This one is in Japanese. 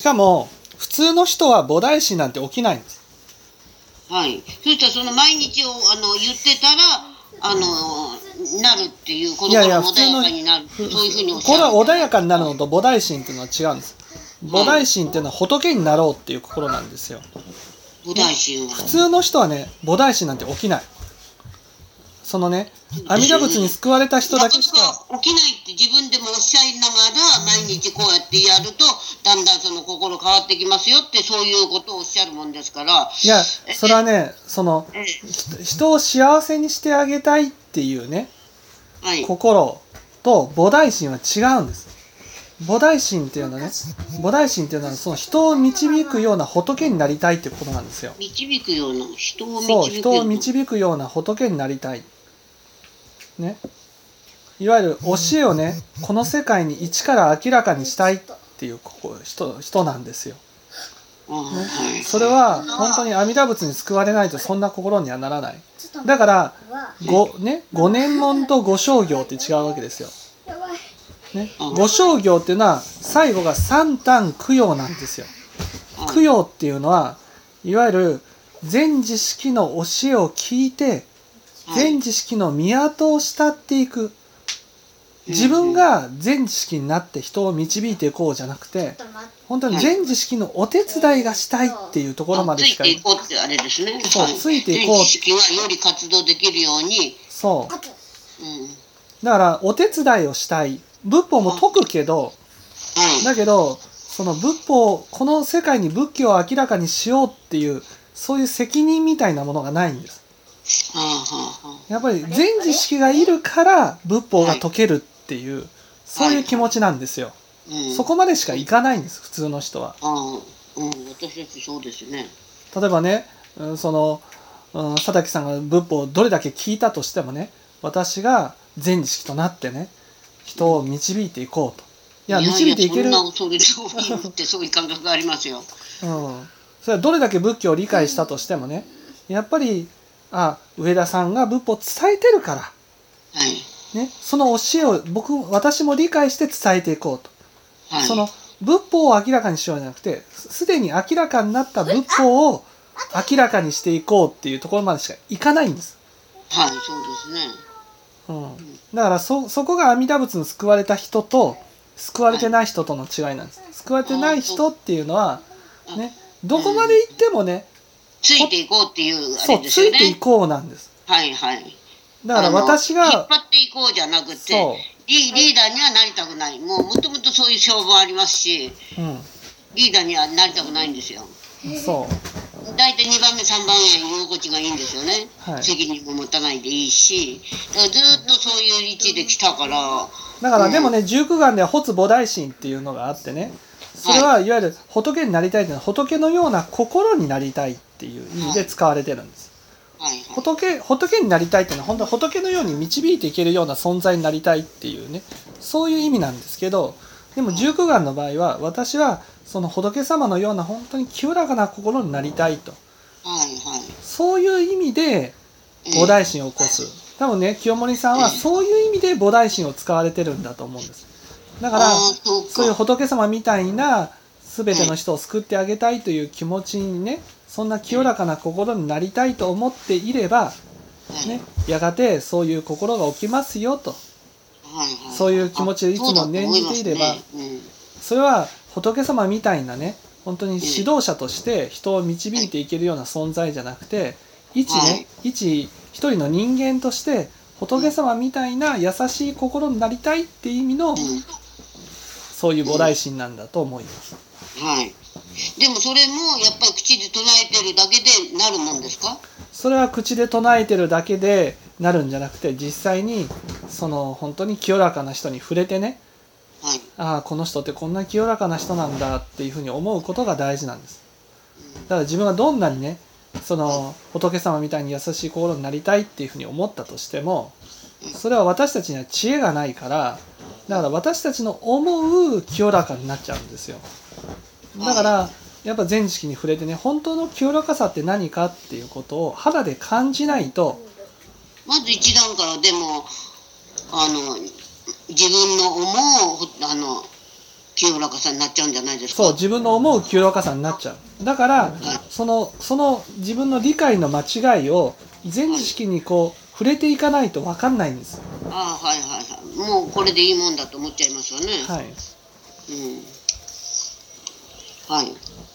しかも普通の人は菩提心なんて起きないんです。 はい。そしたらその毎日を言ってたらなるっていう、この頃穏やかになる、そういうふうにおっしゃる。 これは穏やかになるのと菩提心っていうのは違うんです。菩提心っていうのは仏になろうっていう心なんですよ。 菩提心は普通の人はね、菩提心なんて起きない。そのね、阿弥陀仏に救われた人だけしか起きないって自分でもおっしゃいながら毎日こうやってやるとだんだんその心変わってきますよって、そういうことをおっしゃるもんですから。 いや、それはね、その人を幸せにしてあげたいっていうね、 はい、 心と菩提心は違うんです。菩提心っていうのはね、菩提心っていうのはその人を導くような仏になりたいってことなんですよ。 導くような、人をそう、 導く人を導くような仏になりたい。ね。いわゆる教えをね、この世界に一から明らかにしたいっていう人なんですよ。ね、それは本当に阿弥陀仏に救われないとそんな心にはならない。だから五年門と五正行って違うわけですよ。ね、五正行っていうのは最後が三嘆供養なんですよ。供養っていうのはいわゆる全知識の教えを聞いて全知識の都を慕っていく。自分が全知識になって人を導いていこうじゃなくて、本当に全知識のお手伝いがしたいっていうところまでしか、 ついていこうってあれですね。 そう、ついていこう。 全知識がより活動できるように。 そう。だからお手伝いをしたい。仏法も説くけど、だけどその仏法、この世界に仏教を明らかにしようっていうそういう責任みたいなものがないんです。やっぱり全知識がいるから仏法が解けるっていう、そういう気持ちなんですよ。そこまでしかいかないんです、普通の人は。 私たちそうですね。 例えばね、その佐竹さんが仏法をどれだけ聞いたとしてもね、私が全知識となってね、人を導いていこうと。いや、導いていける。 それってそういう感覚がありますよ。 それはどれだけ仏教を理解したとしてもね、やっぱり上田さんが仏法を伝えてるから、ね、その教えを私も理解して伝えていこうと、その仏法を明らかにしようじゃなくて、すでに明らかになった仏法を明らかにしていこうっていうところまでしかいかないんです。 はい、そうですね。 だからそこが阿弥陀仏に救われた人と救われてない人との違いなんです。救われてない人っていうのはね、どこまで行ってもね、 ついていこうっていうあれですよね。 そう、ついていこうなんです。 はいはい。 だから私が引っ張っていこうじゃなくて、リーダーにはなりたくない。もともとそういう性分ありますし、リーダーにはなりたくないんですよ。 そう。 大体2番目3番目居心地がいいんですよね。責任も持たないでいいし、だからずっとそういう位置で来たから。 だからでもね、十九願では発菩提心っていうのがあってね、それはいわゆる仏になりたいというのは仏のような心になりたいっていう意味で使われてるんです。仏になりたいっていうのは本当は仏のように導いていけるような存在になりたいっていうね、そういう意味なんですけど、でも十九願の場合は私はその仏様のような本当に清らかな心になりたいと、そういう意味で菩提心を起こす。多分ね、清盛さんはそういう意味で菩提心を使われてるんだと思うんです。だからそういう仏様みたいな全ての人を救ってあげたいという気持ちにね、そんな清らかな心になりたいと思っていれば、ね、やがてそういう心が起きますよと、そういう気持ちでいつも念じていれば、それは仏様みたいなね、本当に指導者として人を導いていけるような存在じゃなくて、一人の人間として仏様みたいな優しい心になりたいっていう意味の、そういう菩提心なんだと思います。 でもそれもやっぱり口で唱えてるだけでなるもんですか？ それは口で唱えてるだけでなるんじゃなくて、実際にその本当に清らかな人に触れてね、この人ってこんな清らかな人なんだっていうふうに思うことが大事なんです。だから自分がどんなにね、その仏様みたいに優しい心になりたいっていうふうに思ったとしても、それは私たちには知恵がないから、だから私たちの思う清らかになっちゃうんですよ。だからやっぱ全知識に触れてね、本当の清らかさって何かっていうことを肌で感じないと。 まず一段からでも自分の思う清らかさになっちゃうんじゃないですか。 そう、自分の思う清らかさになっちゃう。だから、その自分の理解の間違いを全知識にこう触れていかないと分かんないんです。 ああ、はいはいはい。もうこれでいいもんだと思っちゃいますよね。 はい。 うん。はい。